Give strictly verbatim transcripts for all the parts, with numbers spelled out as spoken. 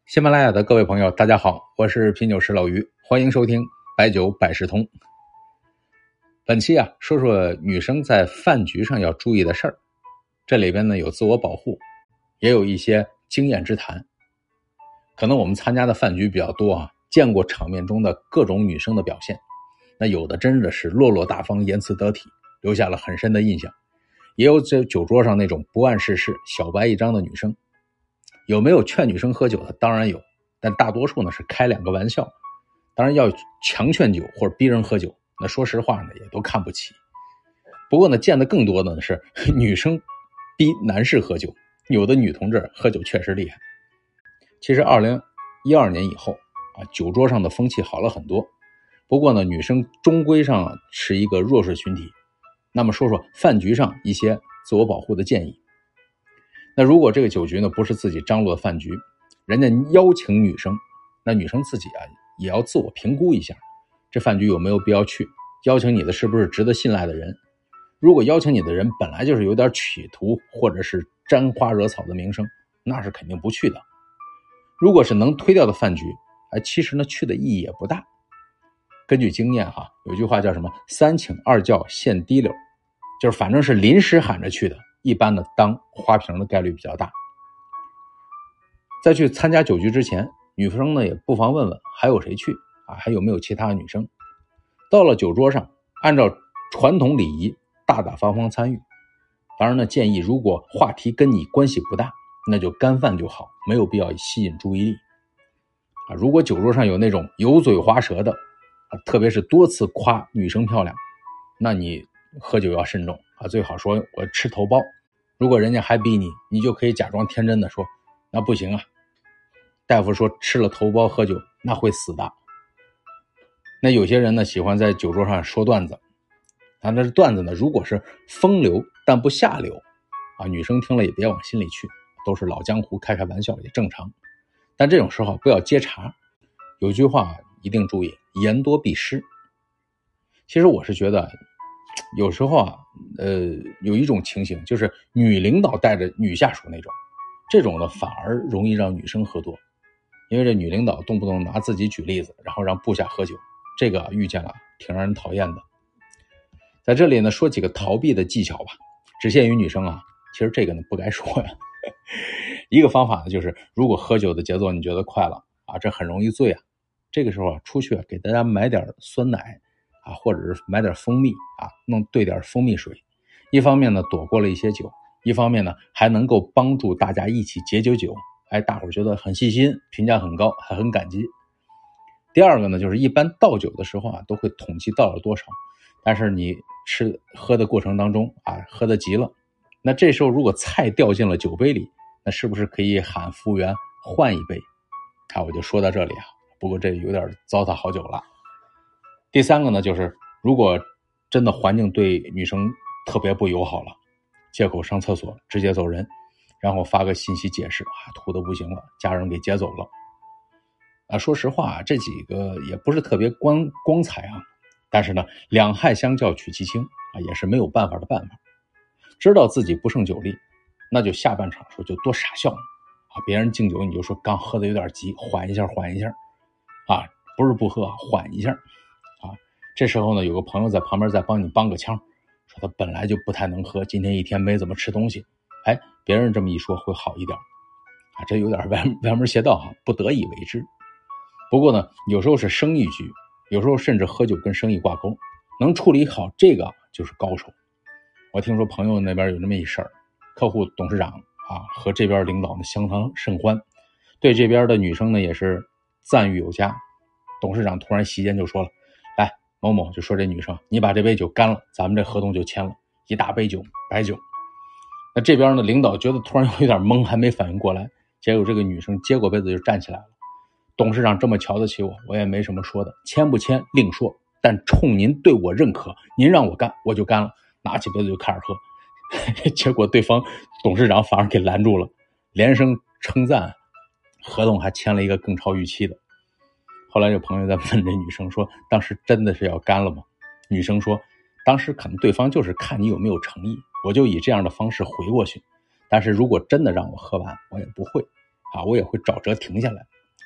喜马拉雅的各位朋友，大家好，我是品酒师老于，欢迎收听白酒百事通。本期啊，说说女生在饭局上要注意的事儿。这里边呢有自我保护，也有一些经验之谈。可能我们参加的饭局比较多啊，见过场面中的各种女生的表现。那有的真的是落落大方、言辞得体，留下了很深的印象。也有在酒桌上那种不谙世事、小白一张的女生。有没有劝女生喝酒的？当然有，但大多数呢是开两个玩笑。当然要强劝酒或者逼人喝酒，那说实话呢也都看不起。不过呢，见的更多的是女生逼男士喝酒，有的女同志喝酒确实厉害。其实二零一二年以后啊，酒桌上的风气好了很多。不过呢，女生终归上是一个弱势群体。那么说说饭局上一些自我保护的建议。那如果这个酒局呢不是自己张罗的饭局，人家邀请女生，那女生自己啊也要自我评估一下，这饭局有没有必要去，邀请你的是不是值得信赖的人。如果邀请你的人本来就是有点企图或者是沾花惹草的名声，那是肯定不去的。如果是能推掉的饭局，哎，其实呢去的意义也不大。根据经验哈，有句话叫什么三请二叫限滴溜，就是反正是临时喊着去的，一般的当花瓶的概率比较大。在去参加酒局之前，女生呢也不妨问问还有谁去啊，还有没有其他的女生。到了酒桌上，按照传统礼仪大大方方参与。当然呢，建议如果话题跟你关系不大，那就干饭就好，没有必要吸引注意力啊。如果酒桌上有那种油嘴滑舌的啊，特别是多次夸女生漂亮，那你喝酒要慎重啊，最好说我吃头孢。如果人家还逼你，你就可以假装天真的说那不行啊，大夫说吃了头孢喝酒那会死的。那有些人呢喜欢在酒桌上说段子，他那段子呢如果是风流但不下流啊，女生听了也别往心里去，都是老江湖，开开玩笑也正常。但这种时候不要接茬。有句话一定注意，言多必失。其实我是觉得有时候啊，呃，有一种情形就是女领导带着女下属那种，这种呢反而容易让女生喝多，因为这女领导动不动拿自己举例子，然后让部下喝酒，这个遇见了挺让人讨厌的。在这里呢，说几个逃避的技巧吧，只限于女生啊，其实这个呢不该说呀。一个方法呢就是，如果喝酒的节奏你觉得快了啊，这很容易醉啊，这个时候啊出去啊给大家买点酸奶啊，或者是买点蜂蜜啊，弄兑点蜂蜜水。一方面呢躲过了一些酒，一方面呢还能够帮助大家一起解酒酒，哎，大伙儿觉得很细心，评价很高，还很感激。第二个呢就是一般倒酒的时候啊都会统计倒了多少，但是你吃喝的过程当中啊喝得急了，那这时候如果菜掉进了酒杯里，那是不是可以喊服务员换一杯啊？我就说到这里啊，不过这有点糟蹋好酒了。第三个呢就是如果真的环境对女生特别不友好了，借口上厕所直接走人，然后发个信息解释啊，吐的不行了，家人给接走了啊。说实话这几个也不是特别光光彩啊，但是呢两害相较取其轻啊，也是没有办法的办法。知道自己不胜酒力，那就下半场时候就多傻笑啊，别人敬酒你就说刚喝的有点急，缓一下缓一下啊，不是不喝，缓一下啊。这时候呢有个朋友在旁边再帮你帮个腔，说他本来就不太能喝，今天一天没怎么吃东西，哎，别人这么一说会好一点啊，这有点歪歪门邪道哈，不得已为之。不过呢有时候是生意局，有时候甚至喝酒跟生意挂钩，能处理好这个就是高手。我听说朋友那边有这么一事儿，客户董事长啊和这边领导呢相当甚欢，对这边的女生呢也是赞誉有加。董事长突然席间就说了，来某某，就说这女生，你把这杯酒干了，咱们这合同就签了，一大杯酒白酒。那这边呢领导觉得突然有点懵，还没反应过来，结果这个女生接过杯子就站起来了，董事长这么瞧得起我，我也没什么说的，签不签另说，但冲您对我认可，您让我干我就干了，拿起杯子就开始喝。结果对方董事长反而给拦住了，连声称赞，合同还签了一个更超预期的。后来这朋友在问这女生说，当时真的是要干了吗？女生说，当时可能对方就是看你有没有诚意，我就以这样的方式回过去，但是如果真的让我喝完，我也不会啊，我也会找辙停下来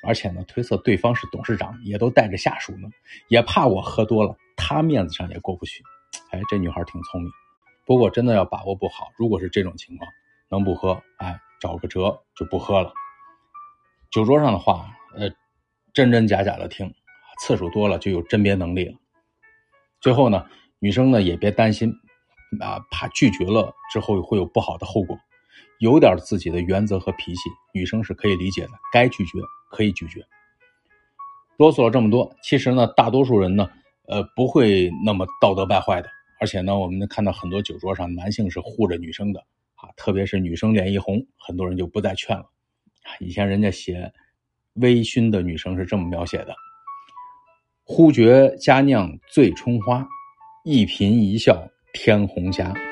而且呢，推测对方是董事长，也都带着下属呢，也怕我喝多了，他面子上也过不去。哎，这女孩挺聪明，不过真的要把握不好，如果是这种情况，能不喝，哎，找个辙就不喝了。酒桌上的话，呃，真真假假的听，次数多了就有甄别能力了。最后呢，女生呢也别担心啊，怕拒绝了之后会有不好的后果。有点自己的原则和脾气，女生是可以理解的，该拒绝可以拒绝。啰嗦了这么多，其实呢，大多数人呢，呃，不会那么道德败坏的。而且呢，我们能看到很多酒桌上，男性是护着女生的啊，特别是女生脸一红，很多人就不再劝了。以前人家写微醺的女生是这么描写的：忽觉佳酿醉春花，一颦一笑天红霞。